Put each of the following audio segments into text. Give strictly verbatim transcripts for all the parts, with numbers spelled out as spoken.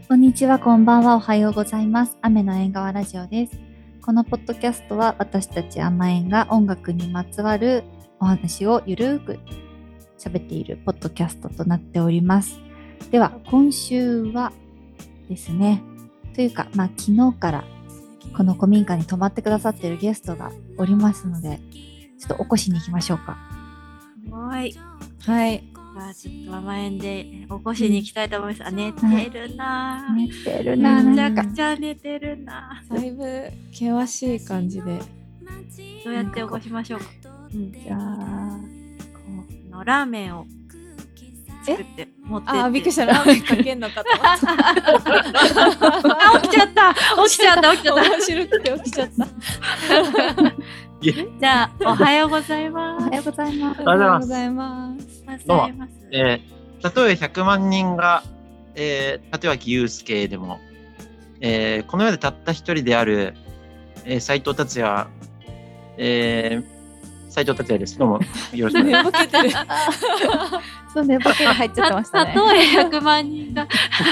こんにちは、こんばんは、おはようございます。雨の縁側ラジオです。このポッドキャストは私たち甘縁が音楽にまつわるお話をゆるーく喋っているポッドキャストとなっております。では、今週はですね、というか、まあ昨日からこの古民家に泊まってくださっているゲストがおりますので、ちょっと起こしに行きましょうか。 はい。 はい。 あちょっと甘えんで起こしに行きたいと思います。あ、寝てるな、 寝てるなめちゃくちゃ寝てるな。 だいぶ険しい感じで。 どうやって起こしましょうか。 うん、じゃあこうのラーメンを作って持ってって。 あ、びっくりした。ラーメンかけんのかと思ったあ、起きちゃった起きちゃった起きちゃった面白くて起きちゃったじゃあ、おはようございます。 おはようございます。 おはようございます。 どうも、 えー、たとえひゃくまん人が、えー、立脇祐介でも、えー、この世でたった一人である、えー、斉藤達也、えー、斉藤達也です。どうもよろしくお願いします。 寝ぼけてる。 そうね、ボケが入っちゃってましたね。 たとえひゃくまん人が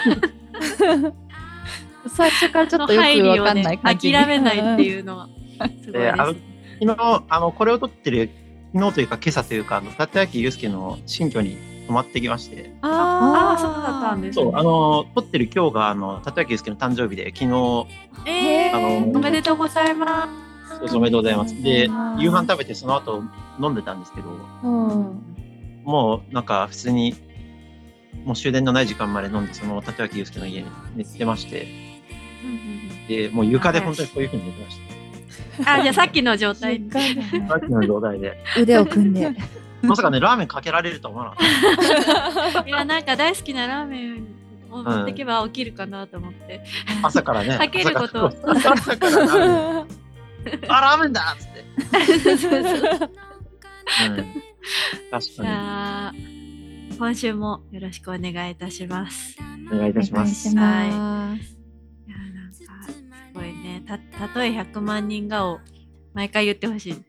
最初からちょっとよくわかんない感じ、 ね、諦めないっていうのはすごいです、ね。 あの昨日あのこれを撮ってる昨日というか今朝というか立脇祐介の新居に泊まってきまして。 ああ、そうだったんですね。 そう、あの撮ってる今日があの立脇祐介の誕生日で昨日、 えー、 あのおめでとうございます。 そうそう、おめでとうございます。で、夕飯食べてその後飲んでたんですけど、 うん、 もうなんか普通にもう終電のない時間まで飲んでその立脇祐介の家に寝てまして、でもう床で本当にこういう風に寝てました。 あ、じゃあさっきの状態さっきの状態で腕を組んでまさかねラーメンかけられると思わなかった。 いや、なんか大好きなラーメンを持ってけば起きるかなと思って、 うん、朝からねかけることを朝からラーメンあ、ラーメンだっつってそうそうそう、うん、確かに。 じゃあ今週もよろしくお願いいたします。 お願いいたします。 はい。いや、なんかすごいね、た、たとえひゃくまん人がを毎回言ってほしい。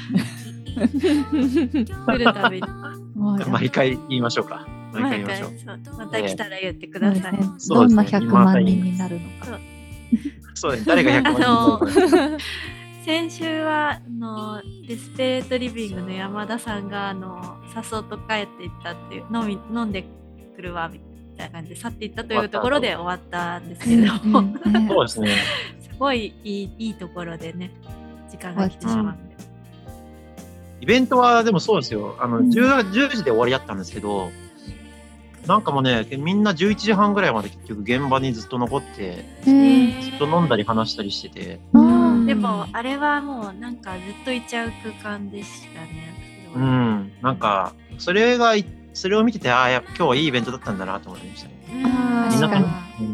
来るたびに。 毎回言いましょうか。毎回言いましょう。 そうまた来たら言ってください。 えー、どんなひゃくまん人になるのか。 そうです。誰がひゃくまん人になるのか。 先週はあのデスペレートリビングの山田さんがあのさっそうと帰っていったっていう飲み飲んでくるわみたいな感じで去っていったというところで終わったんですけれども、うんうん、 そうですね。 すごいいいいいところでね時間が来てしまって、うん、 イベントはでもそうですよ。あの、うん、じゅうじで終わりだったんですけど、なんかもうねみんなじゅういちじはんぐらいまで結局現場にずっと残ってずっと飲んだり話したりしてて。 でもあれはもうなんかずっといちゃう空間でしたね。 うん、なんかそれがそれを見てて、ああ今日はいいイベントだったんだなと思いましたね。みんなと、うんうん、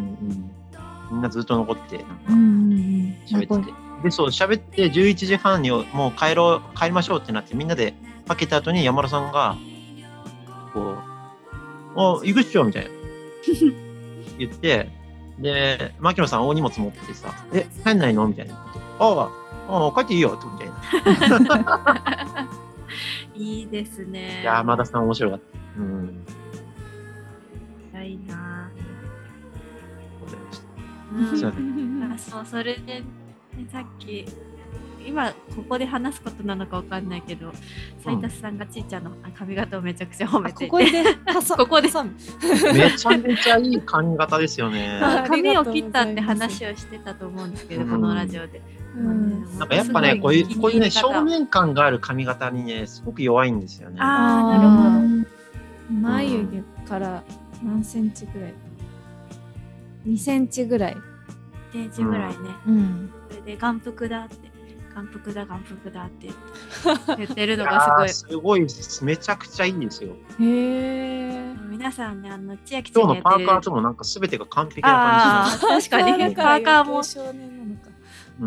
みんなずっと残ってなんか喋ってて、でそう喋ってじゅういちじはんにもう帰ろう帰りましょうってなってみんなでかけた後に山田さんがこうお行くっしょみたいな言って。で、牧野さん大荷物持っててさ、え、帰んないのみたいな。ああ、ああ、帰っていいよみたいな。 いいですね。 いや、山田さん面白かった。うん。 いいなぁ。ございました。 うん、すいません。あ、そう、それで、ね、さっき、今ここで話すことなのかわかんないけど、斉田さんがちいちゃんの髪型をめちゃくちゃ褒めていて、 ここでここでめちゃめちゃいい髪型ですよね。 髪を切ったって話をしてたと思うんですけど、このラジオで。 うん、 なんかやっぱね、こういうこういうね正面感がある髪型にねすごく弱いんですよね。 ああ、なるほど。眉毛から何センチぐらい？にセンチぐらい。 にセンチぐらいね。 うん。 それで眼福だって。眼福だ眼福だって言ってるのがすごいすごいめちゃくちゃいいんですよ。 へえ。 皆さんね、あの千秋ちゃん今日のパーカーともなんかすべてが完璧な感じ。 あ確かにパーカーも少年なのか。 うん。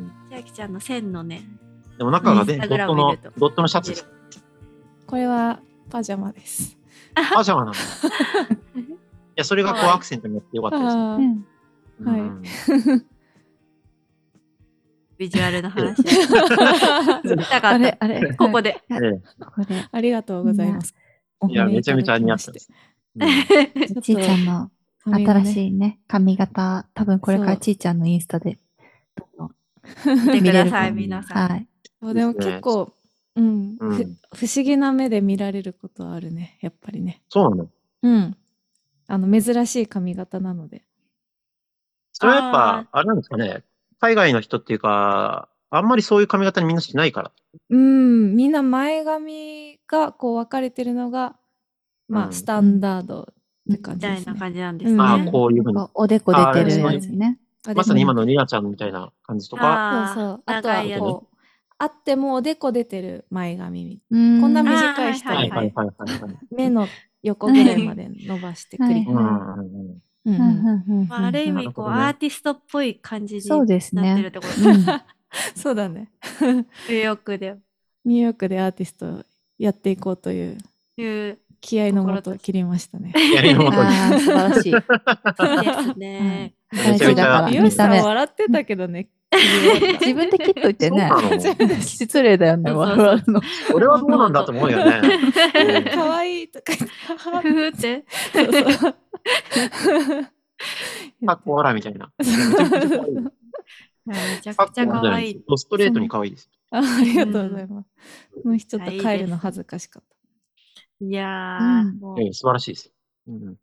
千秋ちゃんの線のね。 でも中がねドットのドットのシャツです。 これはパジャマです。 パジャマなの。いやそれがこうアクセントになってよかったです。 はい。 ビジュアルの話したかった。あれあれここで、 はい、ここでありがとうございます。 いやめちゃめちゃ似合ってます。 ちいちゃんの髪がね新しいね、髪型、多分これからそうちーちゃんのインスタで、どんどん見てください、 見皆さん。 はい。 そうでもですね結構、うん、 うんふ不思議な目で見られることはあるね、やっぱりね。 そうなの。 うん。あの、珍しい髪型なので。 それはやっあぱ、あれなんですかね。海外の人っていうか、あんまりそういう髪型にみんなしないから。 うん、みんな前髪がこう分かれてるのが、まあ、 うんスタンダードって感みじですね。 たいな感じなんですうんああ、 ね。 こういうふうに。 こうおでこ出てるやつね。 まさに今のね。 リナちゃんみたいな感じとか。 そうそう。 ああとは長いやつ。 こう、あってもおでこ出てる前髪。 うーんこんな短い人ははいいで、 はいはいはいはい。 目の横ぐらいまで伸ばしてクリップ。 うんうんうん。 うんうんうんうんうんまあ、ある意味こう、 なるほどねアーティストっぽい感じそうにですねなってるところ。 うんそうだね。 ニューヨークでニューヨークでアーティストをやっていこうといういう気合のもと切りましたね。 やりのもとに。 ああ、素晴らしい。 ですね。 め大ちゃめちゃ事だから、 美容師さん見た目。 笑ってたけどね。 自分で切っといてねそう。なの失礼だよね、 そうそうそう笑うの。 俺はどうなんだと思うよね。 可愛いとか言って。 ふふって。 そうそう。 かっこ笑みたいな。めちゃくちゃ可愛い。 めちゃくちゃ可愛い。 ドストレートに可愛いです。 あありがとうございます。この人と帰るの恥ずかしかった。 いやうー、 んもうええ、素晴らしいです。うん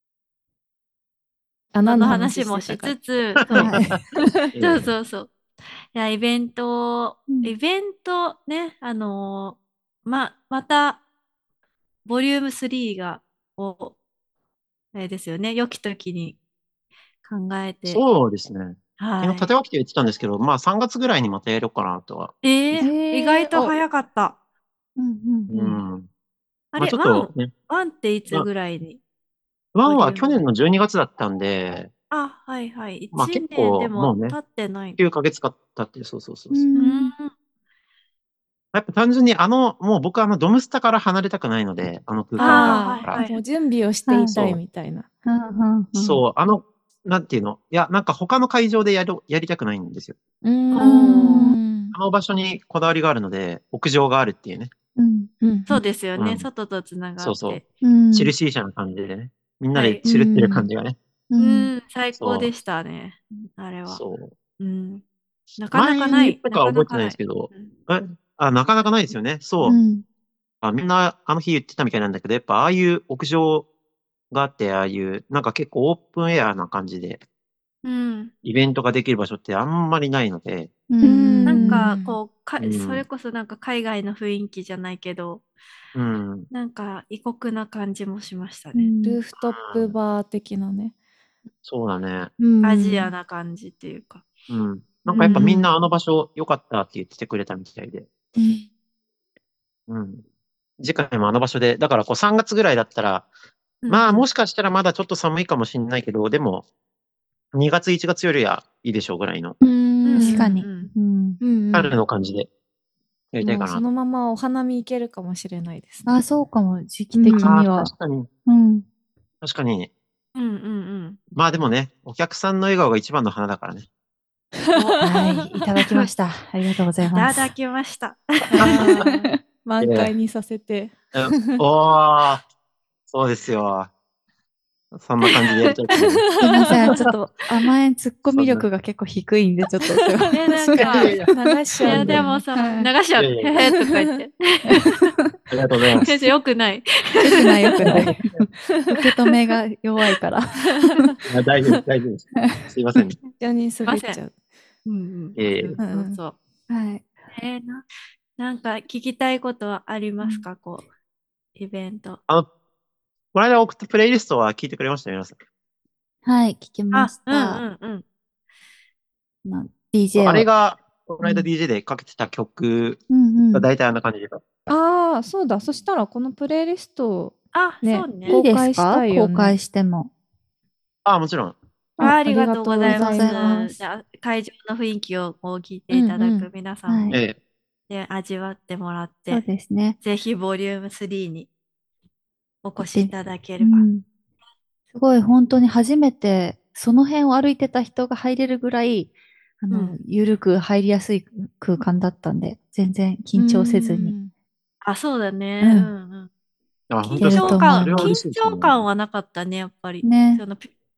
あ、 その何の話もし話してたかつつ、 はいそうそうそう。いや、イベント、 うんイベントね、あのーま、また、ボリュームスリーが、を、あれですよね、良き時に考えて、 そうですね。昨日はい。 縦脇で言ってたんですけど、まあさんがつぐらいにまたやろうかなとは。 えーえー意外と早かった。 うんうんううんん。 あれ、 まあちょっワン、 とね、 ワンっていつぐらいにワンはボリューム去年のじゅうにがつだったんで、 あ、はいはい。 まあ一結構年でももうね、 経ってない。 きゅうかげつ経ったっていう、そうそうそううそう。 うんん。 やっぱ単純にあの、もう僕はあのドムスタから離れたくないので、あの空間あーから。 はいはいもう準備をしていたいみたいな。 うんうんうんそう、あの、なんていうの。いや、なんか他の会場でやる、やりたくないんですよ。 うーん。 あの場所にこだわりがあるので、屋上があるっていうね。 うんうんそうですよね。 うん外とつながって。 そうそう。 うんチルシー社な感じでね。みんなはいでチルってる感じがね。 ううんん、最そう高でしたね。あれは。 そう。 うん。なかな前かない。 に言ったか覚えてないですけど、えあ、なかなかないですよね。そう。 うんあ、みんなあの日言ってたみたいなんだけど、やっぱああいう屋上があって、ああいう、なんか結構オープンエアな感じで、 うん。 イベントができる場所ってあんまりないので、 うんなんかうんこうか、 うんそれこそなんか海外の雰囲気じゃないけど、 うん。 なんか異国な感じもしましたね。 うんルーフトップバー的なね。 そうだね。 アジアな感じっていうか。 うん。なんかやっぱみんなあの場所良かったって言ってくれたみたいで。 うんうん。次回もあの場所で、だからこうさんがつぐらいだったら、まあもしかしたらまだちょっと寒いかもしれないけど、でもにがついちがつよりはいいでしょうぐらいのうん確かにうんうんうんうんうん春の感じでやりたいかなと。 もうそのままお花見行けるかもしれないですね。 あ、そうかも、時期的ああ、 には。 確かに。 うん。 確かに。 うんうんうん。 まあでもね、お客さんの笑顔が一番の花だからね。 はい、いただきました。ありがとうございいます。 ただきました。 あー満開にさせて。 うんおー、そうですよ。そんな感じでやりたいと思います。 すいません、ちょっと甘えんツッコミ力が結構低いんで、ちょっとすいません。 え、なんか、 いやいや流しいや、 ちゃうんだよねでもさ、 はい流しちゃう。 いやいやいへへとか言って。 ありがとうございます。 先生、よくない。 よくないよくない。受け止めが弱いから。 いや大丈夫、大丈夫です。すいません。 非常に滑っちゃう。 うんうん。 ええそうそうそう。 はい。 えーな、なんか聞きたいことはありますか、こう、イベント。 あの、この間送ったプレイリストは聞いてくれました皆さん。 はい、聞きまあし、 うんうた。 んうん。 まあ ディージェー を。 あれが、この間うんディージェー でかけてた曲うんうん。 が大体あんな感じでした。 ああ、そうだ。そしたらこのプレイリストをあ、 ねそうね。 いいです公開しかたいよね公開しても。 ああ、もちろん。 あありがとうございまありがとうございますす。じゃあ会場の雰囲気をこう聞いていただうんうんく皆さんも、 はいええ。 で味わってもらっそうて、 ですね。 ぜひボリュームスリーにお越しいただけうれば。 ん、すごい本当に初めてその辺を歩いてた人が入れるぐらい、あの、 うんゆるく入りやすい空間だったんで、全然緊張せずに。。 あ、そうだね。 ううんんうん。 あ、本緊当ですか。 と思い張感、 ますそれは嬉緊しいですね張感はなかったね、やっぱり。 ねそのピ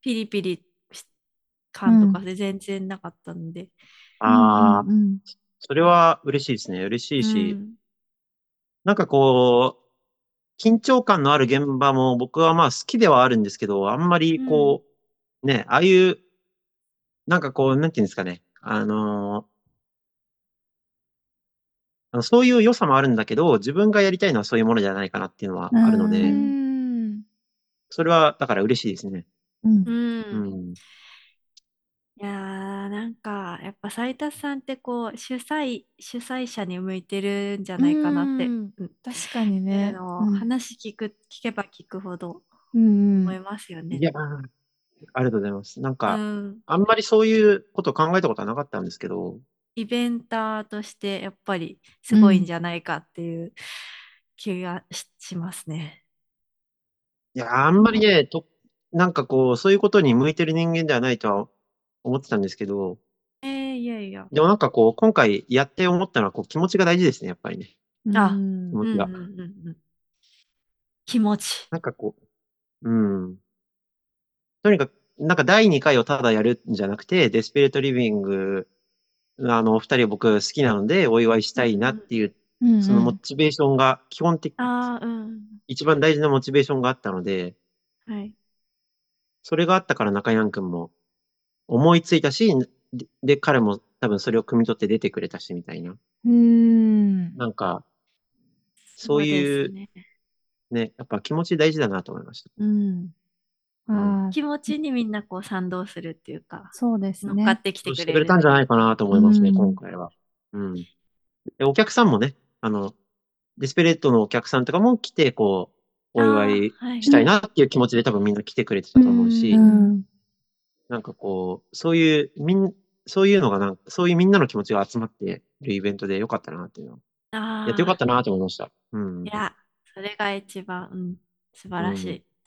ピリピリ感とかで全然なかったので。 ああ、 うんうんそれは嬉しいですね。嬉しういし、 ん。 なんかこう、緊張感のある現場も僕はまあ好きではあるんですけど、あんまりうんこう、ね、ああいう、なんかこう、なんていうんですかね。あのーあのそういう良さもあるんだけど、自分がやりたいのはそういうものじゃないかなっていうのはうあるのうで、 んん。 それはだから嬉しいですね。 うんう。 うんん。 いやーなんかやっぱ斉田さんってこう主催主催者に向いてるんじゃうないかなって、 ん。 うん確かにあね。 のうん話聞く聞けば聞くほどうんうん。 思いますよね。 いやー、ありがとうございます。なんうか、 ん。 あんまりそういうことを考えたことはなかったんですけど、 イベンターとしてやっぱりすごいんうんじゃないかっていう気がし、しますね。 いやー、あんまりね、と、なんかこう、そういうことに向いてる人間ではないとは思ってたんですけど、 えー、いやいや。 でもなんかこう、今回やって思ったのは、こう、気持ちが大事ですね、やっぱりね。 うあ、 んうんうん気持ちが。 うんうん。気持ち。 なんかこう、うん。とにかく、なんかだいにかいをただやるんじゃなくて、デスペレートリビング、あの、お二人僕好きなので、お祝いしたいなっうんうん。 ていう、 うんそのモうんチベーションが基本的、 ああ、うん。 一番大事なモチベーションがあったので、 はい。 それがあったから中山くんも思いついたし、で、で彼も多分それを汲み取って出てくれたし、みたいな。 うん。 なんか、そうそうですいうね。 ね、やっぱ気持ち大事だなと思いました。 うんうん。 ああ気持ちにみんなこう賛同するっていうか、 そうですね。 乗っかってきてそうくしてくれたんじゃれるっていう。 ないかなと思ういますね、今ん回は。うん。で、お客さんもね、あの、ディスペレットのお客さんとかも来て、こう、お祝あいあ、はいしたいはい。 なっていう気持ちで多分みんな来てくれてうたと思ううし、 ん。 んなんかこう、そういう、みん、そういうのがなんか、そういうみんなの気持ちが集まってるイベントでよかったなっていうのは、やってよかっああ、 たなと思いました。うん。 いや、それが一番、うん、素晴うん。 らしい。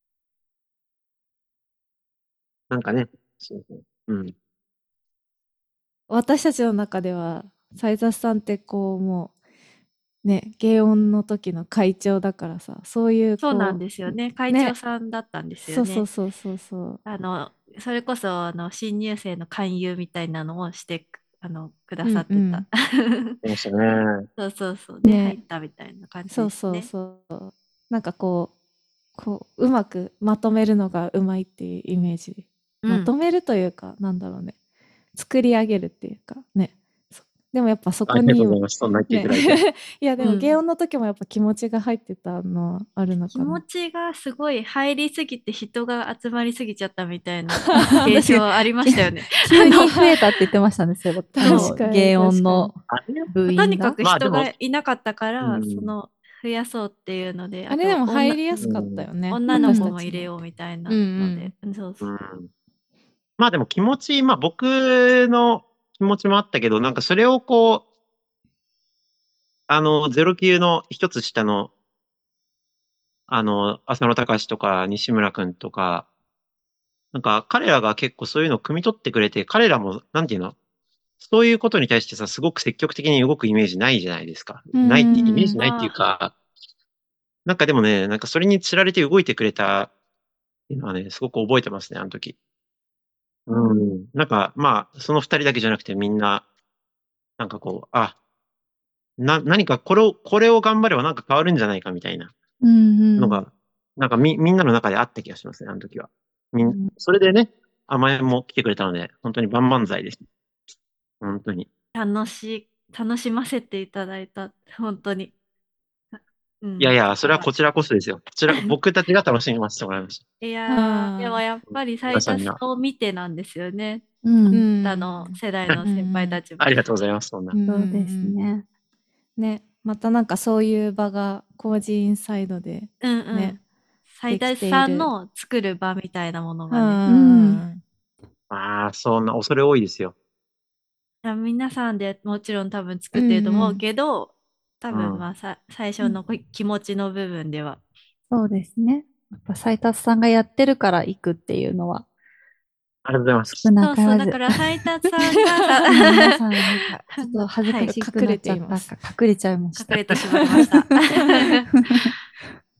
なんかね、そうそう。うん。 私たちの中では、斉雑さんってこう、もう、ね、芸音の時の会長だからさ、そういうそうなんこですよね。 う、 会長ね、 さんだったんですよそうそうね。 そうそうそう。 あの、それこそ、あの、新入生の勧誘みたいなのをしてく、あの、くだうさってた。 んうん。 出ましたね。 そうそうそう。で、入ね、 ったみたいな感じそうそうですね。 そう。なんかこう、こう、うまくまとめるのがうまいっていうイメージ。まとうん。 めるというか、なんだろうね。作り上げるっていうか、ね。そでもやっぱそありがとこに、 うございます。そんな言っていたね。 だいて。 いや、でも芸うん。 音の時もやっぱ気持ちが入ってたのはあるの気かな。 持ちがすごい入りすぎて人が集まりすぎちゃったみたいな現確かに。 象ありましたよね。 急にあの、 増えたって言ってましたね、そういえば。あの、 確かに、 芸確かに。 音のあれ部とにか員が。 く人まあでも、 がいなかったかうら、そん。 の、増やそうっていうので、ああれでも入と女、 りやすかったうん。 よね。 女の私子うんたちも。 も入れようみたいうんなので、 うん。 そうそう。 うん。まあでも気持ち、まあ僕の気持ちもあったけど、なんかそれをこう、あの、ゼロ級の一つ下の、あの、浅野隆とか西村くんとか、なんか彼らが結構そういうのを汲み取ってくれて、彼らも、なんていうの、そういうことに対してさ、すごく積極的に動くイメージないじゃないですか。 うんないって、イメーうんジないっていうあか、なんかでもね、なんかそれにつられて動いてくれたっていうのはね、すごく覚えてますね、あの時。うん。なんか、まあ、その二人だけじゃなくてみんな、なんかこう、あ、な、何かこれを、これを頑張ればなんか変わるんじゃないかみたいなうんうんのが、なんかみ、みんなの中であった気がしますね、あの時は。みん、 うんそれでね、甘えんも来てくれたので、本当に万々歳です。本当に。 楽しい、楽しませていただいた。本当に。うん、 いやいや、そところ。 れはこちらこそですよ。こちら、僕たちが楽しみましてもらいましいあやー、でもあ。 やっぱりた。 斉田さ皆さんには。 んを見てなんですよね。 うんうあん。 の世代のうん先輩たうん。 ちも。 ありがとうございます、そんな。 うんそうですうん。 ね。 ね。またなんかそういう場が個人サイドでうんうね、 ん。斉でき田ている。 さんの作る場みたいなものうがね。 うんん。 ああ、そんな、恐れ多いですよ。 いや皆さんでもちろん多分作うってると思うんけど、多うん。 分まあさ最初のうんこ気持ちの部分では。 そうですね。やっぱ斉達さんがやってるから行くっていうのはありがとうございま少す。 なかそうそう、 らず。 だから斉田さんがさ、 今皆さんなんかちょっと恥ずはい、 かしく隠れなっちゃったています。 か隠れちゃいました。 隠れてしまいました。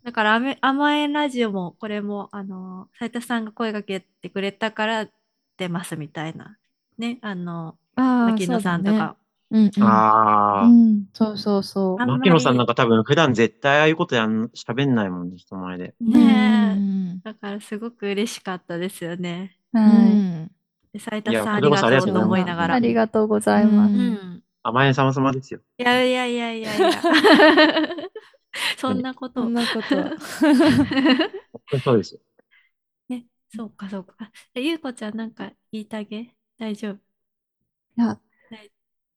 だから甘え、甘えんラジオもこれもあの斉田さんが声かけてくれたから出ますみたいなね、あのああ、 牧野そうだね。 さんとかうんうん。 うああ、 ん、そうそうそあんま牧野さんなんりか多分普段絶対ああいうことやん、喋んないもんね、人前で。 うんうんねえ、だからすごく嬉しかったですよね。 う。 うはい。 ん。 で斉いや、 田さんありこちらこそありがとうとがとうございます。 思いながら。 ありがとうござういます。 うんん。 甘え様様ですよ。 いやいやいやいやいや。そんなことを。 そんなことは。 本当にそうですよ。 ね、そうかそうか。えゆうこちゃんなんか言いたげ大丈夫いや、 大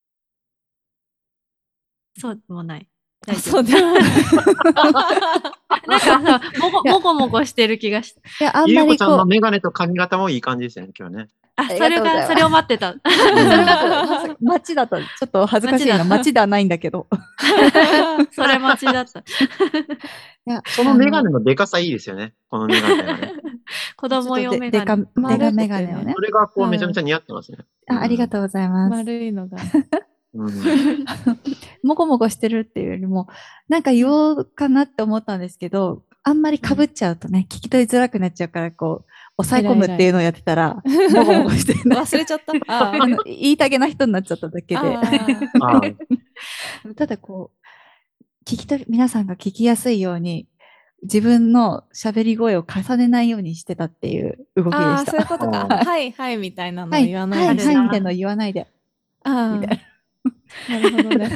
そうでもない。 あ、 大丈夫。 そうでもない。 なんかさ、もご、もごもごしてる気がした。 いや、あんゆうこちゃんのまりこう、 メガネと髪型もいい感じですよね、今日ね。 あ、 ありそれが、 がとうございますそれを待ってた。 うんちょっと街だとちょっと恥ずかしいな。 街だ街ではないんだけど。 それ待ちだった。 いや、 そのメガネあのデカさいいですよね。このメガネがね。 子の供用メでか、 ガネ。 でか丸くてねメガネをねそ。れがこううんめちゃめちゃ似合ってますね。 あ、ありがうとうございます。 丸いのが。 ん。うん。 もこもこしてるっていうよりも、なんか言おうかなって思ったんですけど、あんまり被っちゃうとね、聞き取りづらくなっちゃうから、こう、抑え込むっていうのをやってたら、もこもこしてない。 忘れちゃった。ああの言いたげな人になっちゃっただけで。 あああ、 ただこう、聞き取り、皆さんが聞きやすいように、自分の喋り声を重ねないようにしてたっていう動きでああ、 した。 そういうことか。 あーはいはいみたいなのはい、 を言わはい、はい、 ないで。 なみたいなの言わないで。 あみたいあ、なるほどね。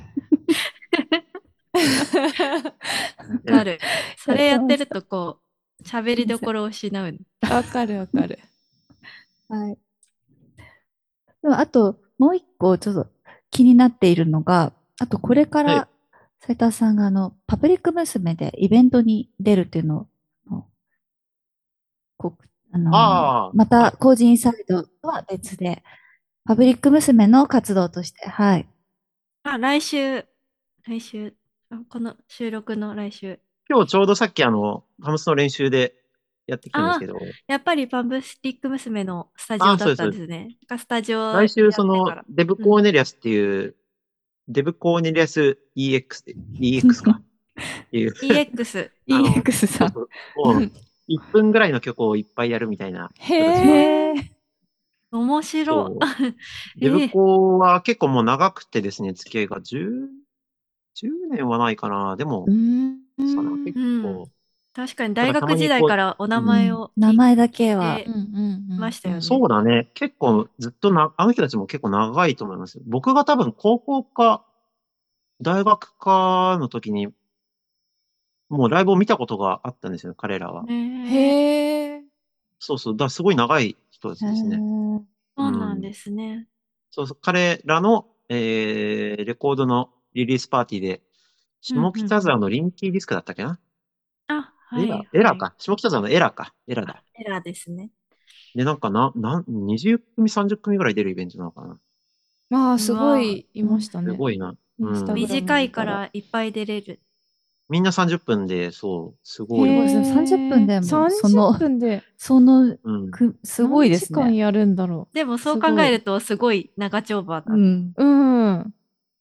わかる。それやってるとこう、喋りどころを失うの。 わかるわかる。 はい。でも、あと、もう一個ちょっと気になっているのが、あと、これかはいら、斉田さんが、あの、パブリック娘でイベントに出るっていうのを、こう、あの、 ああ、 また、個人サイドとは別で、パブリック娘の活動として、はい。 あ、来週、来週、あこの収録の来週。 今日ちょうどさっきあの、ハムスの練習でやってきたんですあけど、 やっぱりパブリック娘のスタジあオだったんそうですですね。がスタジオ来週やそのってから。 デブコーネリアスっていう、デブコーネリアス イーエックス で、イーエックス か。っていう。 イーエックス。 あのイーエックス さん。 そうそうもう、いっぷんぐらいの曲をいっぱいやるみたいな。 へへえ。 ー。 面白そう。 い。 デブコは結構もう長くてですね、付き合いがじゅう、じゅうねんはないかな。でもう、ん。 その結うん構、 確かにだからたま大学時代にこうからお名前を名前だけは聞いてうんうんうん。 ましたよね。 そうだね。結構ずっとな、あの人たちも結構長いと思います。僕が多分高校か大学かの時に、もうライブを見たことがあったんですよ、彼らは。 ねえへえ。 そうそう。だからすごい長い人たちですね。 へーそうなんですね。 そうそう。彼らの、えー、レコードのリリースパーティーで、下北沢のリンキーディスクだったっけな、 あ、はい、 エラはい。 エラか。下北沢のエラか。エラあだ。 エラーですね。 で、なんかな、なん、にじゅっくみ、さんじゅっくみぐらい出るイベントなのかな。 まあ、すごいいましたね。 すごいな。うん。 インスタグラム短いからいっぱい出れる。 みんなさんじゅっぷんで、そう、すごい。 へーさんじゅっぷんでもさんじゅそのっぷんでその、 うん。 くすごいですね。 何時間やるんだろでもそう考えるとすごい長丁場だ。 うん。 う。うん。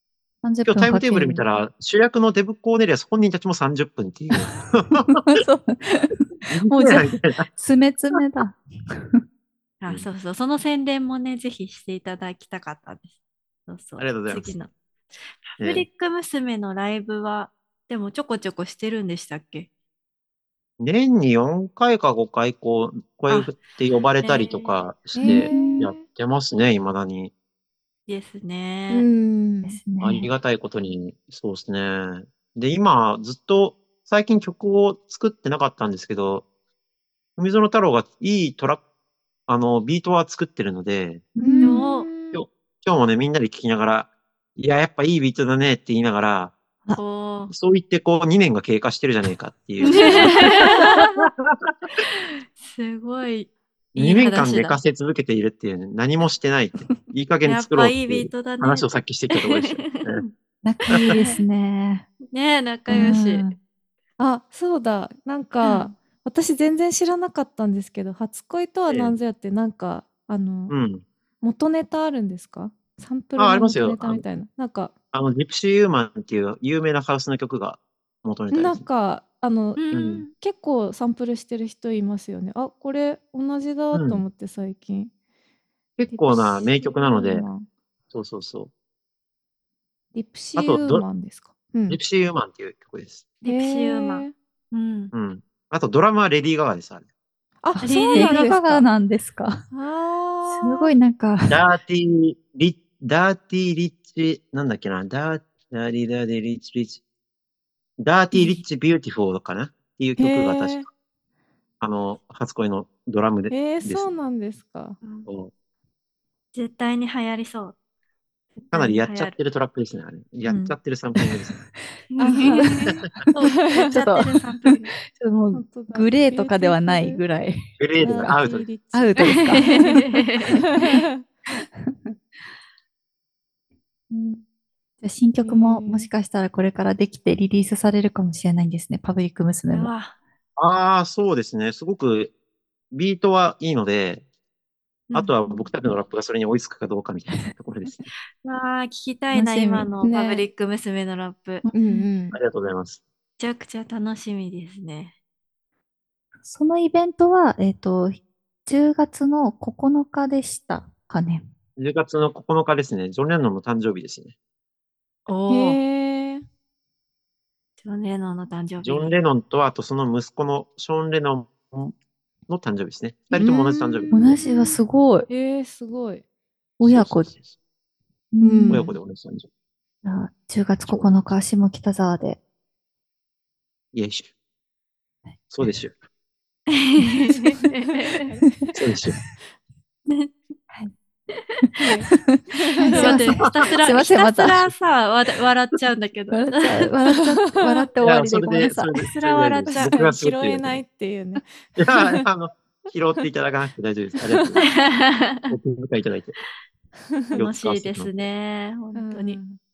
30 今日分タイムテーブル見かたら、主役のデブ・コーネリアス本人たちもさんじゅっぷんっていう。 けるそうもうじゃあみたいな詰め詰めだ。 あ、そうそう。その宣伝もね、ぜひしていただきたかったです。そうそう。 ありがとうございます次の。パブリック娘のライブは、でもちょこちょこしてるんでしたっけ？ 年によんかいかごかい、こう、声振って呼ばれたりとかしてやってますね、未だに。 ですうね。 ん。 ですありね。 がたいことに、そうですね。で、今、ずっと、最近曲を作ってなかったんですけど、海園太郎がいいトラック、あの、ビートは作ってるので、 うんお今日もね、みんなで聴きながら、いや、やっぱいいビートだねって言いながら、 おーそう言ってこうにねんが経過してるじゃねえかっていう。 すごいいいにねんかん話だ。 寝かせ続けているっていうね、何もしてないって。いい加減やっ作ろうってぱいいビいうートだね。 話をさっきしてきたところでしたよ。うん仲いいですね。 ねえ、仲良し。 うんあ、そうだ。なんか、私全然知らなかったんですけど、初恋とは何ぞやってなんか、あの、 うん。 元ネタあるんですか？サンプルあ、ありますよの元ネタみたいな。なんか、 あの、ジプシーユーマンっていう有名なハウスの曲が元ネタでなすね。 んか、 あの、 ううんん。 結構サンプルしてる人いますよね。あ、これ同じだうんと思って最近。 結構な名曲なので、 リプシーウーマン。 そうそうそう。 リプシあと、 ーウード、 マンですか。うん。 リプシー・ウーマンっていう曲です。 リプシーウーマン。 へえ。 うん。 うん。あと、ドラマはレディー・ガガです、あれ。 あ、 あ、 そうなんレディー・ですか。 ガガなんですか。 あすごいなんか、 ダーティー・リ、ダーティー・リッチ、なんだっけな、ダー、ダーディー・ダーディー・リッチ・リッチ、ダーティー・リッチ・ビューティフォーかなっていうー。 曲が確へえ。 か、あの、初恋のドラムで、 へえ、 ですね。 そうなんですか。 うんそう絶対に流行りそう。絶かな対りやっちゃっに流行る。 てるトラックですね、あれ。やうん。 っちゃってるサンプリングですね。 あ、そうだ。 そう、やっちゃってるサンプリング。 ちょっともう本当だ。 グレービューとかではティフルないぐらいグレードダーがアウトです。 ティーリッチ。 アウトですか。うんじゃあ新曲ももしかしたらこれからできてリリースされるかもしれないんですね。パブリック娘も。 うわ。 ああ、そうですね。すごく、ビートはいいので、あとは僕たちのラップがそれに追いつくかどうかみたいなところですね。 うわあ、聞きたいな、 楽しみ今のパブね。 リック娘のラップ。めうんうん。 ありがとうございます。 ちゃくちゃ楽しみですね。 そのイベントは、えっと、じゅうがつのここのかでしたかね。 じゅうがつのここのかですね。ジョン・レノンの誕生日ですね。 おお、 へえ。 ジョン・レノンの誕生ジョン・日に。 レノンと、あとその息子のショーン・レノンの誕生日ですね。 う二人とも同じ誕生日。 ーん。 同じはすごい。 へえ、すごい。 親子。 そうそうそうううんん。 親子で同じ誕生日。 じゃあじゅうがつここのか、下北沢で。 よいしょ。そうでしょ。そうでしょ。 はい。 待って、ひたすら、 すいまひたすせんまたらさ、わ笑っちゃうんだけど。 笑っちゃう、笑っちゃって、笑って終わりでいや、それで、 ごめんなさい。 それで、 ひたすら笑っちゃう僕がす拾るっていうだけで。 えないっていうね。 いや、あの、拾っていただかなくて大丈夫です。ありがとうございます。お気遣いいただいて。気を楽使わしいですせてもらって。 ね、本当に。 うん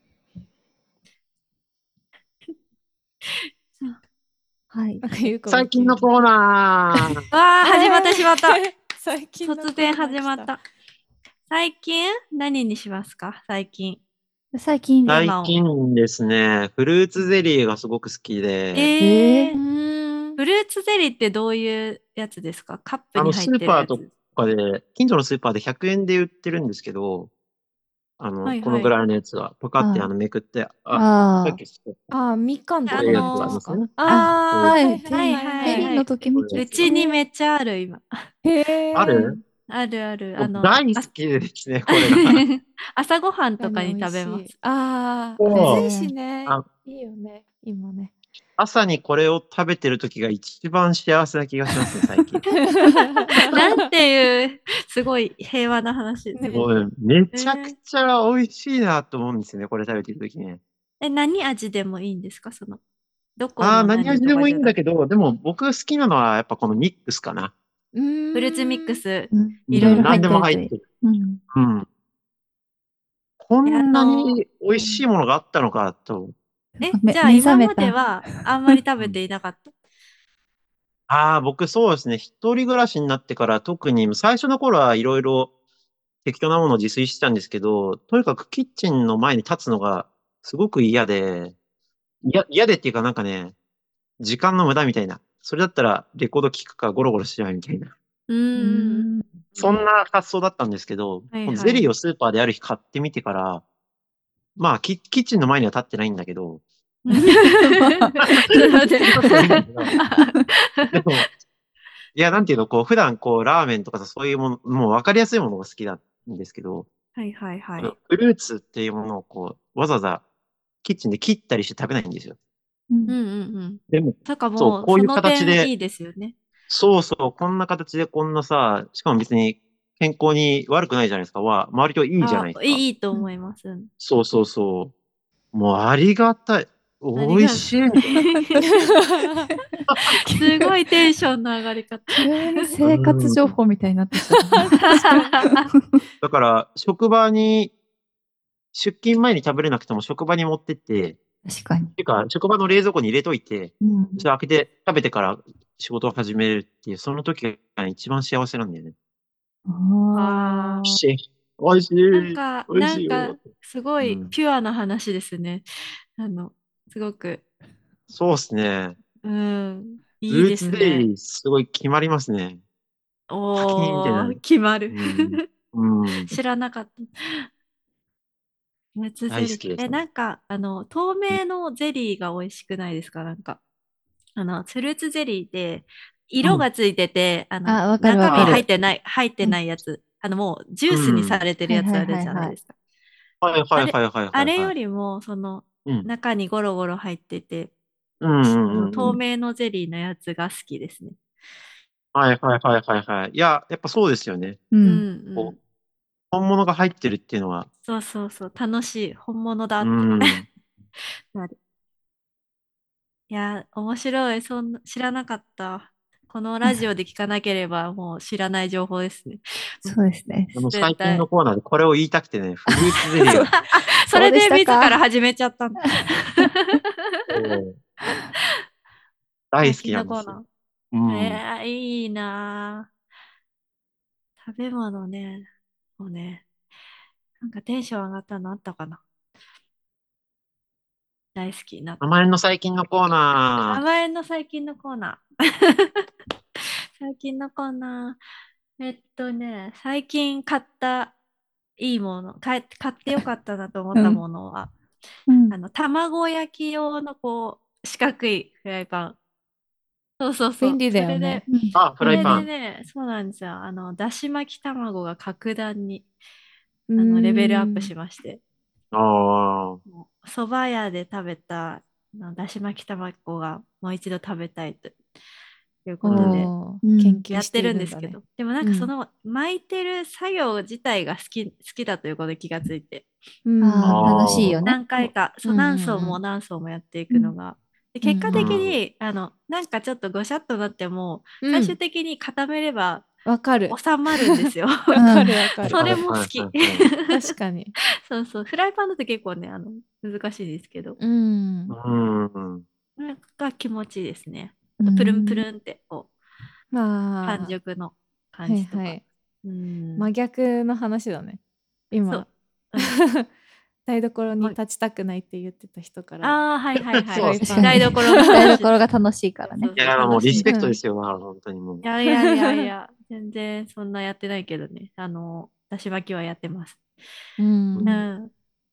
はい。 なんかゆうこが最近の急にコーナー。 わあ、始まってしまった。 最近のコーナー突然始まっ来た。最近何にしますか最近。 最近、 テーマを最近ですね、フルーツゼリーがすごく好きで、 えーえー、 うーん。 フルーツゼリーってどういうやつですかカップあの、 に入っスーパーとてるやつ。 かで、近所のスーパーでひゃくえんで売ってるんですけど、あの、 はいはい。 このぐらいのやつが、パカってああのめくって、あ、さっあきそうあ、みかんとあかのやいうやつがあつですか。 りますよね。 あ、 あはい、 はいゼリー、 はいはいゼリーはい。 のときめきやつ。 うちにめっちゃある今。 へあえ。 るあるある。あ僕の、あ大好きですね、これが。 朝ごはんとかに確かに美味しい。 食べます。 ああ、 そう暑いしね。 あ、 いいよね。今ね。 朝にこれを食べてる時が一番幸せな気がしますね、最近。 なんていう、すごい平和な話。すごもく。 うめえちゃくーちゃ美味しいなと思うんですよね、これ食べてる時ね。 え、何味でもいいんですかその、どこああ、 の何と何味でもいいかじゃなくて。 んだけど、でも僕好きなのはやっぱこのミックスかな。 うーん。 フルーツミックス、 うん、いいろいろろいろ入っ何でもてるといい。 入ってる。 うん。 うん。こえ、あんなの、 に美味しいものがあったのかと。 え、 め、 じゃあ目覚今までめた。 はあんまり食べうんていなかった。 ああ、僕そうですね。一人暮らしになってから特に最初の頃はいろいろ適当なものを自炊してたんですけど、とにかくキッチンの前に立つのがすごく嫌で、いや、嫌でっていうかなんかね、時間の無駄みたいな。それだったらレコード聞くかゴロゴロしちゃうみたいな。 ううーん。 ん。 そんな発想だったんですけど、 はいはい。 ゼリーをスーパーである日買ってみてから、まあキ、キッチンの前には立ってないんだけど、 ちょっと待って。 立ってないんだけど、でも、いや、なんていうの、こう、普段こう、ラーメンとかさ、そういうもの、もう分かりやすいものが好きなんですけど、 はいはいはい。 フルーツっていうものをこう、わざわざキッチンで切ったりして食べないんですよ。 うんうんうんうん。 でも、 なんかそう、 もう、 こういうその形で、 点いいですよね。 そうそう、こんな形でこんなさ、しかも別に健康に悪くないじゃないですか。は、周りといいじゃなあ、 いですか。 いい、いいとうん思います。 そうそうそう。もうありがたい。 ありがとう。 美味しい。みたいなすごいテンションの上がり方。 急に生活情報みたいになってきた。 だから、職場に、出勤前に食べれなくても職場に持ってって、 確かに。 ていうか、職場の冷蔵庫に入れといて、 うんそれ開けて食べてから仕事を始めるっていう、その時が一番幸せなんだよね。 ああ。 あし、美味しい。 なんか、 美味なんか、 しいよ。 すごいうん。 ピュアな話ですね。あの、すごく。 そうっすね。 うん。 フいいルーツゼですね。 リー、すごい決まりますね。パキーンっておー、 なる。 決まる。 うん。うん。 知らなかった。フルーツゼリー。え、 大好きですね。 なんか、あの、透うん明のゼリーが美味しくないですか？なんか、あの、フルーツゼリーで、 うん。 色がついてて、あの、 あ、わかるわ中身かる。 入ってない、入ってうん。 ないやつ。あの、もう、ジュースにさうん。 れてるはいはいやつあるはいはい。 じゃないですか。 はいはあれ、 いはいはいはあれいはい。 よりも、その、 うん。 中にゴロゴロ入ってて、 うんうあの、 んうんうん。 透明のゼリーのやつが好きですね。 はいはいはいはいはい。いや、やっぱそうですよね。 ううんん。 うん。 こう、本物が入ってるっていうのは。 そうそうそう。楽しい。本物だうってん。 なる。いや、面白い。そんな、知らなかった。このラジオで聞かなければもう知らない情報ですね。うん、 そうですね。 でも最近の絶対。 コーナーでこれを言いたくてね、フルーツゼリーが、 あ、そそうでしれで自らたか。 始めちゃったの。 そう大好最近きなんですよ。 のコーナうー。 ん。 えー、いいなぁ。食べ物ね。もうね。なんかテンション上がったのあったかな。大好きになった。 甘えんの最近のコーナ甘えんの最近のコーナー。最近のコーナー。えっとね、最近買ったいいもの、買え買ってよかったなと思ったうん。 ものは、 うん。 あの、卵焼き用のこう、四角いフライパン。そうそうそ便う。 利だよね。 それで、 うん。 ー。あ、フそれライパン。 でね、そうなんですよ。あの、だし巻き卵が格段に、 うーあの、レベルアップん。 しまして、 ああ。 もう蕎麦屋で食べた、あのだし巻き卵がもう一度食べたいということで、 おー、 うん。 研究してやってるんいるんだね。 ですけど、でもなんうん。 かその巻いてる作業自体が好き、好きだということに気がついて、 うああ、楽しいああ。 よね。 何回か、そう、 うんう何層もんうん。 何層もやっていうん。 くのが。で、 うん結果的うん。 うん。 に、あの、なんかちょっとごしゃっとなっても、最終うん。 的に固めればわかる。 収まるんですよ。 わかうん。 るわかる。 それはいはいはも好き。 いはい。 確かに。 そうそう。フライパンだと結構ね、あの、難しいですけど、 うん。 うん。うん。 なんか気持ちいいですね。 うあと、プルンプん。 ルンって、こう、半まあ、 熟の感じとか。 はいはい。 うん。 真逆の話だね。今、 そう。うん。 台所にま立ちたくないって言ってた人からああ、はいはいはフい。 ライパン。 確かに。 台所の台話だ。 所が楽しいからね。 そうそうそう、 いや、もう楽しい。 リスペクトうん。 ですよ、本当にもう。 いやいやいやいや、全然そんなやってないけどね。あの、だし巻きはやってます。 ううん。 うん。 ん。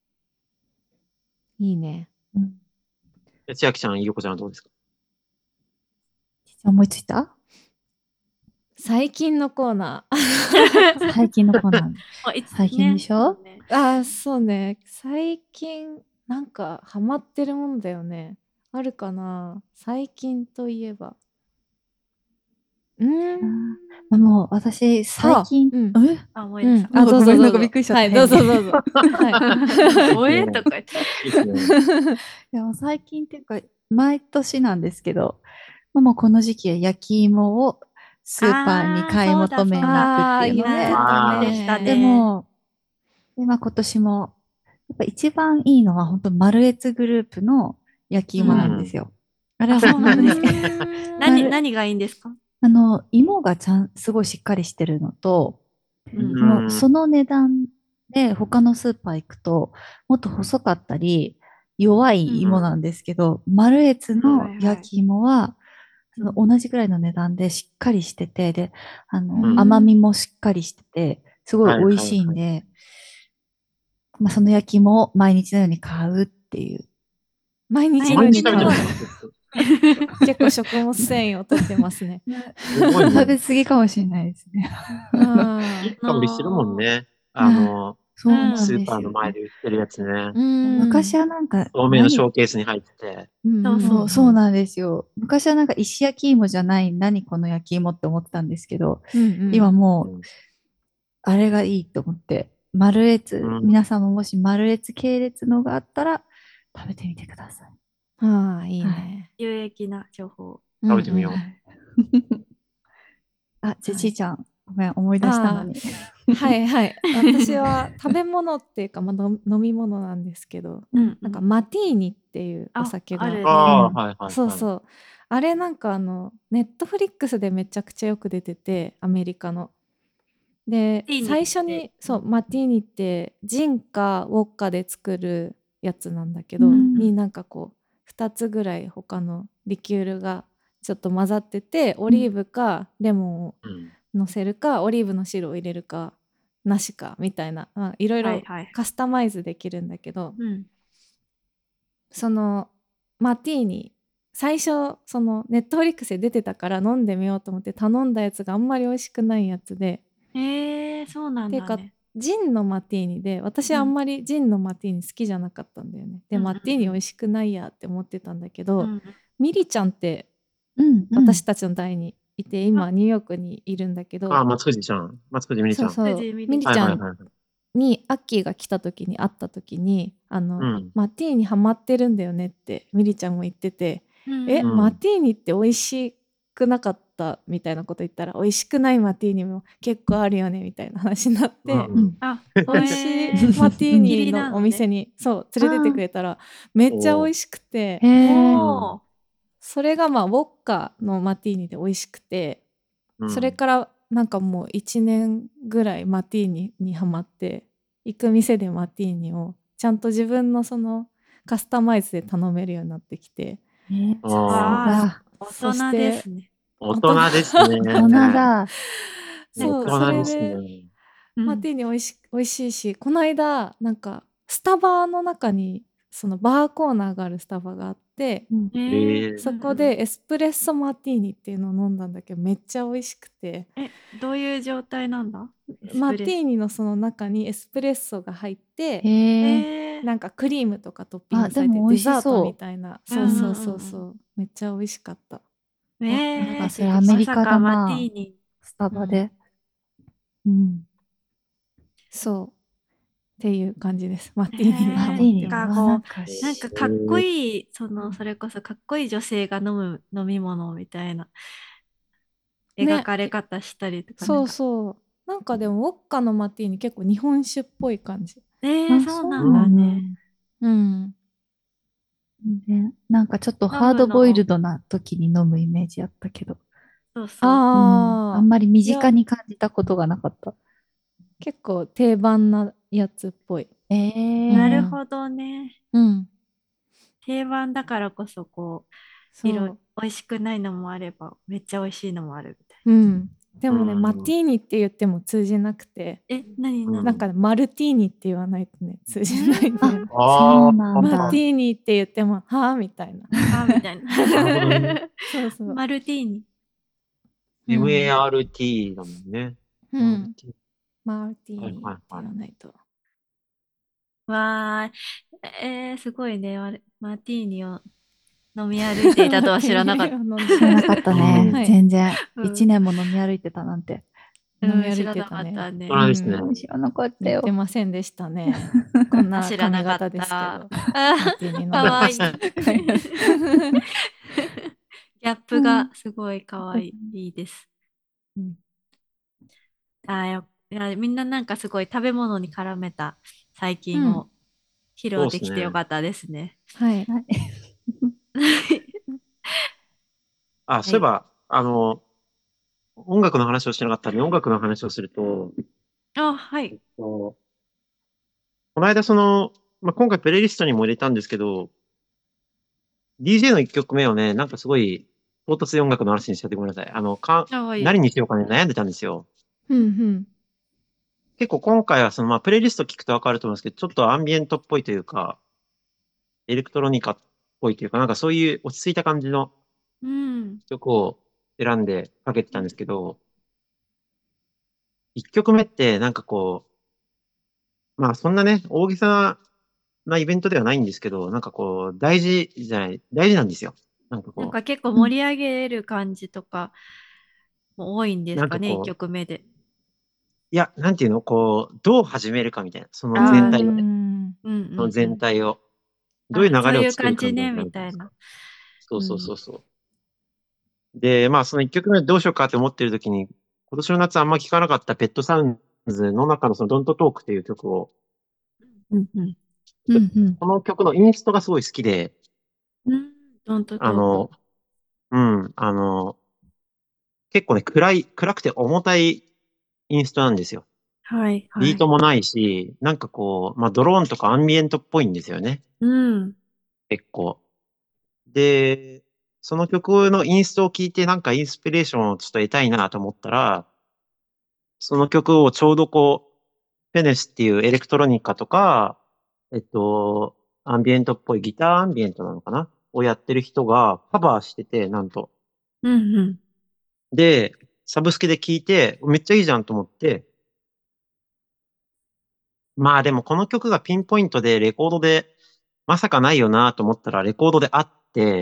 いいね。 うん。 え千秋ちゃん、ゆうこちゃんはどうですか？ 思いついた？ 最近のコーナー。 最近のコーナー。 まあ、いつ最近でね、 しょ？ そうね。 ああ、そうね。最近、なんかハマってるもんだよね。あるかな。最近といえば。うーん。 あ、もう私、最はあ、 近、 うん。 えあ、思いうん。 出した。 あ、どうなんかごめん、なんかびっぞどうぞ。 くりしちゃった、 はい、どう変に。 ぞどうぞ。はい。 いいですおえね。 とか言って。 いいですね。 いや、もう最近っていうか、毎年なんですけど、まあもうこの時期は焼き芋をスーパーにああ、 買いそうだ求めに行そうだ。 くっああ、 ていうので、 言ってたああ、 ああ。 でしたでね。 ね。 も、で、まあ今年も、やっぱ一番いいのは本当マルエツグループの焼きう芋なんでん。 すよ。あれあ、 はそう本当に、 なんですか。何、 丸、 何がいいんですか？ あの、芋がちゃん、すごいしっかりしてるのと、 うん。 その、 うん。 その値段で他のスーパー行くと、もっと細かったり、弱いうん。 芋なんですけど、マルエツはいのはいはい。 焼き芋は、そのうん。 同じぐらいの値段でしっかりしてて、で、あの、 うん。 甘みもしっかりしてて、すごいはいはい美味しいんはい。 で、まあ、その焼き芋を毎日のように買うっていう。 毎日の毎よう毎日に買う。 食べてます結構食物繊維をとってますね。 ねすごいね。 食べ過ぎかもしれないですね。 ああ。 いい香りするもんのね。ああ、 の、 そうなんうん。 スーですよね。 パーの前で売ってるやつね。 うーん。 昔はなんか透明のショ何、 ーケースに入ってて。 うんそうそう、 うんうん。 そうなんですよ。昔はなんか石焼き芋じゃない、何この焼き芋って思ってたんですけど、 うんうん。 今もう、 うん。 あれがいいと思って、マルエツ、 うん。 皆さんももしマルエツ系列のがあったら、食べてみてください。 ああ、いいはい。 ね。 有益な情報。 うん食べてみようん。 はい。あ、じゃあはい。 ちーちゃん、ごめん、思い出したのあに。 あ、はいはい。私は食べ物っていうか、まあ、の飲み物なんですけど、 うん。 うんうん。 なんかマティーニっていうおあ、 酒が、 あるう。ああ、 ね。 うん。 はいはいはい。 そうそう。あれなんかあの、ネットフリックスでめちゃくちゃよく出てて、アメリカの。で、 ティーニ最初って。 に、そう、マティーニってジンかウォッカで作るやつなんだけど、 うん。 になんかこう、ふたつぐらい他のリキュールがちょっと混ざってて、オリーブかレモンをうん。 乗せるか、オリーブの汁を入れるかなしかみたいな、まあ、いろいろはいはい。 カスタマイズできるんだけど、 うん。 そのマティーニ最初そのネットフリックスで出てたから飲んでみようと思って頼んだやつがあんまり美味しくないやつで、 えー、そうなんていうかだね。 ジンのマティーニで、私うんあんまりジンのマティーニ好きじゃなかったんだよね。で、 うんうんうんマティーニ美味しくないやって思ってたんだけど、 うんミリちゃんってうんうん。 私たちの代にいて、今ニューヨークにいるんだけど、 あ、松藤ちゃん。松藤みりちゃ。 そうんそう藤ミリミリちゃんはいはいはい。 にアッキーが来た時に会った時にあの、 うん。 マティーニハマってるんだよねってミリちゃんも言ってて、 うんえ、 うんマティーニって美味しくなかったみたいなこと言ったら、美味しくないマティーニも結構あるよねみたいな話になって、 うんうんあ、 美味しえいーマティーギリニのおなのね店にそう連れてってくれたらめっちゃ美味しくて、 へえ。 おーそれがまあウォッカのマティーニで美味しくて、 うんそれからなんかもういちねんぐらいマティーニにハマって、行く店でマティーニをちゃんと自分のそのカスタマイズで頼めるようになってきて、 ねあさ大そし人てですね。 大人ですね。 大人だ。 そう大それ人ですね。 でうんマティーニ美味し美味しいし、この間なんかスタバの中にそのバーコーナーがあるスタバがあって、 うんええーーそこでエスプレッソマティーニっていうのを飲んだんだけどめっちゃ美味しくて、 え、どういう状態なんだマティーニ。 ニのその中にエスプレッソが入ってへえ。 えー、 なんかクリームとかトッピンあグされてでも美味しデザートそうみたいな、 うんそうそうそうそうめっちゃ美味しかった。 えー、 なんかそれアメリカだなまさかマティーニ。 スタバで。うん。 そうっていう感じです。マティーニにハマってマティーニます。 なんかこうなんかしなんかかっこいい、その、それこそかっこいい女性が飲む飲み物みたいなね描かれ方したりとか、 そうなんかそうなんかでもウォッカのマティーニ結構日本酒っぽい感じ。 えー、 あそうなんだね。 うん全然なんかちょっとハードボイルドな時に飲むイメージあったけど、 そうそう。 うんあー、 あんまり身いや近に感じたことがなかった。 結構定番なやつっぽい。 えー、 なるほどね。 うん定番だからこそこうそういろ美味しくないのもあればめっちゃ美味しいのもあるみたいうんでもね、 うんマティーニって言っても通じなくて、 な。え、何うん何なんかマルティーニって言わないとね通じないんだよね。 そうなんだマティーニって言ってもはあみたいな。 あみたいな。 なるほどねそうそう。 マルティーニ。 うんエムエーアールティー だもんね。 うんマルティーニってはいはいはい言わないと。 わーい。えー、すごいね。マルマティーニを飲み歩いていたとは知らなかった。 飲んで知らなかったね。 はい全然。 うん一年も飲み歩いてたなんて。 うん飲み歩いてたね知らなかったね。 大人ですね。 うん知らなかったよ言って。ませんでしたね。こんな知ら髪なかった型ですけど。 あマティーニ飲んでかわいい。 ました。 ギャップがすごいかわいい,、いいです。うん、あよいやみんななんかすごい食べ物に絡めた最近を披露できてよかったですね。 はい。 あ、そういえば、あの、音楽の話をしてなかったんで、音楽の話をすると、 あ、はい。 この間その、まあ、今回プレイリストにも入れたんですけど、ディージェー のいっきょくめをね、なんかすごい、唐突に音楽の話にしちゃってごめんなさい。あの、か、 あはい何にしようかね、悩んでたんですよ。 うんうん。 結構今回はその、まあ、プレイリスト聞くとわかると思うんですけど、ちょっとアンビエントっぽいというか、エレクトロニカっぽいというか、なんかそういう落ち着いた感じのうん。 曲を選んでかけてたんですけど、いっきょくめってなんかこう、まあそんなね、大げさなイベントではないんですけど、なんかこう、大事じゃない、大事なんですよ。なんかこなんか結構盛り上げる感じとかも多いんう、 ですかね、 なんかこう、 いっきょくめで。 いや、なんていうの、こう、どう始めるかみたいな、そのあー全体をね、 うんうんうんその全体を、 あどういう流そういうれを作るか感じね、 みたいなのがあるみたいな。 じゃないですか。そうそうそうそう。で、まあそのいっきょくめどうしようかって思ってる時に、今年の夏あんま聴かなかったペットサウンズの中のそのドントトークっていう曲を、 うんうん。 うんうん。 この曲のインストがすごい好きで、 うん、ドントトーあの、うん、あの、結構ね、暗い、暗くて重たいインストなんですよ。 ク。はい、はい。 ビートもないし、なんかこう、まあドローンとかアンビエントっぽいんですよね。 うん。 結構。で、 その曲のインストを聴いてなんかインスピレーションをちょっと得たいなと思ったら、その曲をちょうどこう、フェネスっていうエレクトロニカとか、えっと、アンビエントっぽいギターアンビエントなのかなをやってる人がカバーしてて、なんと。 うんうん。 で、サブスクで聴いて、めっちゃいいじゃんと思って、まあでもこの曲がピンポイントでレコードで、まさかないよなと思ったらレコードであって、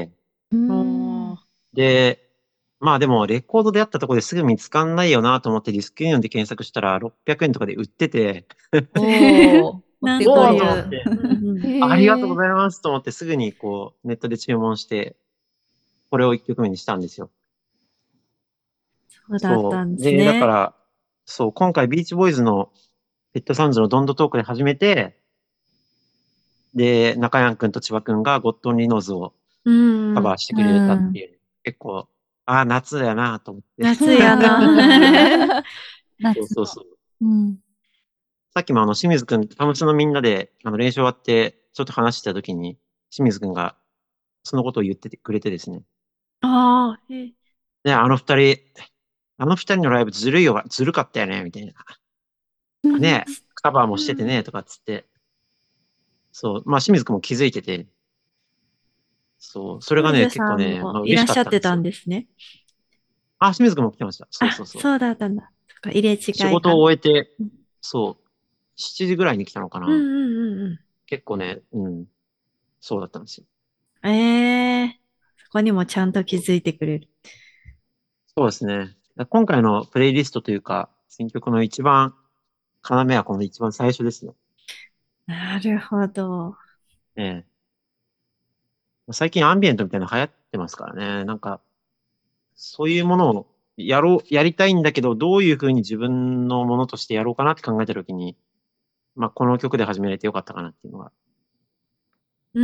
うおん。 ー。 で、まあでもレコードであったところですぐ見つかんないよなと思ってディスクユニオンで検索したらろっぴゃくえんとかで売ってて、 おー、おなん手おー頃。 という。 と思って、 うんうん。 ありがとうへえ。 ございますと思ってすぐにこうネットで注文して、これをいっきょくめにしたんですよ。 そうだったんそう。 ですで、だかね。 ら、そう、今回ビーチボーイズのペットサウンズのドンドトークで始めて、で、中山くんと千葉くんがゴッドンリノーズをうんうん。 カバーしてうくれたってん。 いう、結構、ああ、夏だよなと思って。 夏やな。 そう夏の。 そうそう。 うん。 さっきもあの、清水くん、タムスのみんなで、あの、練習終わって、ちょっと話してた時に、清水くんが、そのことを言っててくれてですね。 ああ、え、 ね、あの二人、あの二人のライブずるいよ、ずるかったよね、みたいな。ね、カバーもしててね、とかっつって。そう、まあ、清水くんも気づいてて、そう、それがね、 清水さん結構ね、まあ、嬉しもいらっしゃってたかったんですよ。 んですね。 あ、清水くんも来てました。そうそあ、 うそう。 そうだったんだ。そっか、入れ違仕事をいかな。 終えて、 うんそう、しちじぐらいに来たのかな。 うんうんうん。 結構ね、うん、そうだったんですよ。 ええ、そこにもちゃんと気づいてくれる。 そうですね。今回のプレイリストというか、選曲の一番、要はこの一番最初ですね。 なるほど。 ええ。最近アンビエントみたいなの流行ってますからね。なんか、そういうものをやろう、やりたいんだけど、どういうふうに自分のものとしてやろうかなって考えたときに、まあ、この曲で始めれてよかったかなっていうのがうん。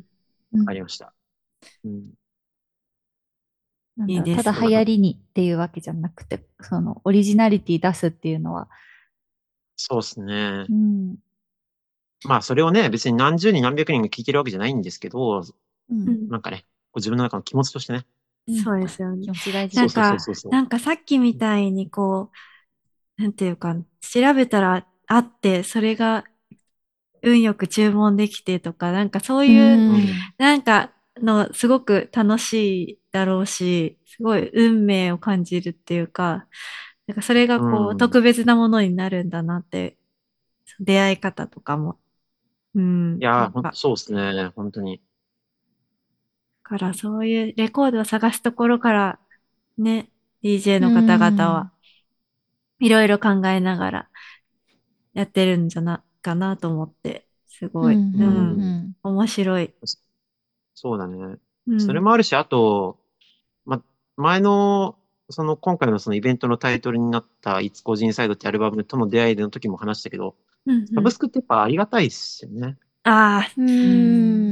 うんありました。うん。 なんだろう、 いいですね。 ただ流行りにっていうわけじゃなくて、そのオリジナリティ出すっていうのは、 そうですね。 うん、 まあ、それをね、別に何十人何百人が聞いてるわけじゃないんですけど、 うん、 うん。 なんかね、こう自分の中の気持ちとしてね。 うん、 そうですよね。 気持ち大事そうそうそうなんか、 そうそなんかさっきみたいにこう、なんていうか、調べたらあって、それが運よく注文できてとか、なんかそうういう、 う。うん。 ん、 なんかのすごく楽しいだろうし、すごい運命を感じるっていうか、なんかそれがうこうん。 特別なものになるんだなって、出会い方とかも。うん。 いやー、ほん、 なんか、 そうですね。本当に。 だからそういうレコードを探すところからね、ディージェーうの方々 ん、 はいろいろ考えながらやってるんじゃなかなと思って、すうん、うごい、うん、 ん、 ううん。 ん、 面白い。 そそうだね。 うん。 それもあるし、あと、ま、前の、その今回のそのイベントのタイトルになった It's Cozy Inside ってアルバムとの出会いの時も話したけど、 うんうん。 サブスクってやっぱありがたいですよね。 ああ、 ううん。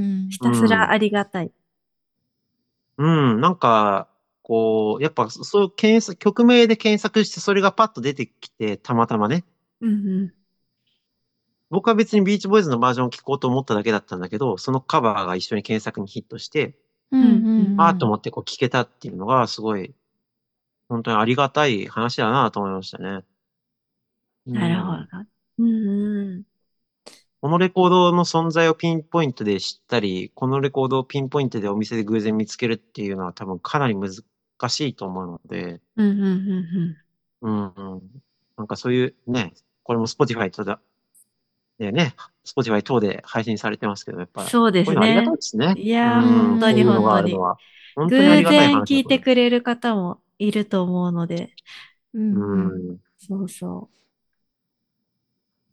ん、 ひうん。 たすらありがたい。 うん。なんか、こう、やっぱそう、検索、曲名で検索してそれがパッと出てきて、たまたまね。 うんうん。 僕は別にビーチボーイズのバージョンを聴こうと思っただけだったんだけど、そのカバーが一緒に検索にヒットして、 うん、 うんううん。 ああとん、 思ってこう聴けたっていうのがすごい、本当にありがたい話だなと思いましたね。うなるほん。 ど。うんうん。 このレコードの存在をピンポイントで知ったり、このレコードをピンポイントでお店で偶然見つけるっていうのは多分かなり難しいと思うので、 うんうんうんうん、うん。なんかそういうね、これも Spotify とだ、でね、Spotify 等で配信されてますけど、やっぱそうでこういうのありがたいすね。 ですね。 いやー、本うん、 当にこういうの本当に。 があるのは。本当にあり偶がたい然聞い話だと思います。 てくれる方もいると思うので。 ううんん、 そうそう。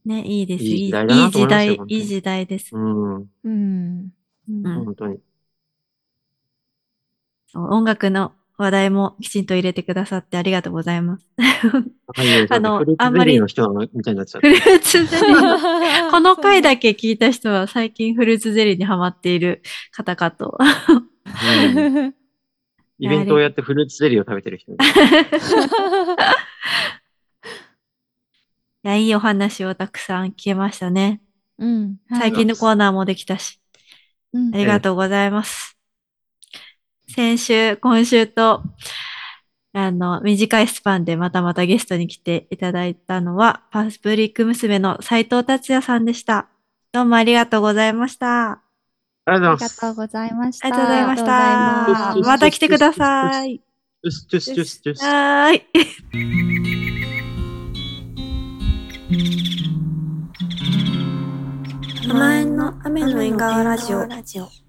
ね、いいです。 いい時いい、 代だないいと思いますよ、 時代、 本当に。 いい時代です。 うん、 うんうんうん本当に。 そう、音楽の話題もきちんと入れてくださってありがとうございます。 はい、すいません。フあの、 ルーツゼリーのあんまり人なのみたいになっちゃって。 フルーツゼリーの、このそんな。 回だけ聞いた人は最近フルーツゼリーにハマっている方かと。 うん。イベントをあれやってフルーツゼリーを食べてる人みたいな。 いや、いいお話をたくさん聞けましたね。 うん。 はい。 最近のコーナーもできたし。 うん、 ありええ、 がとうございます。 先週、今週と、あの、短いスパンでまたまたゲストに来ていただいたのは、パブリック娘の斉藤達也さんでした。どうもありがとうございました。 ありがとうございます。 ありがとうございました。 ありがとうございましありがとうございた。 ますまた来てください。 よし、よし、よし、よし。 はーい。 甘えんの雨の縁側ラジオ。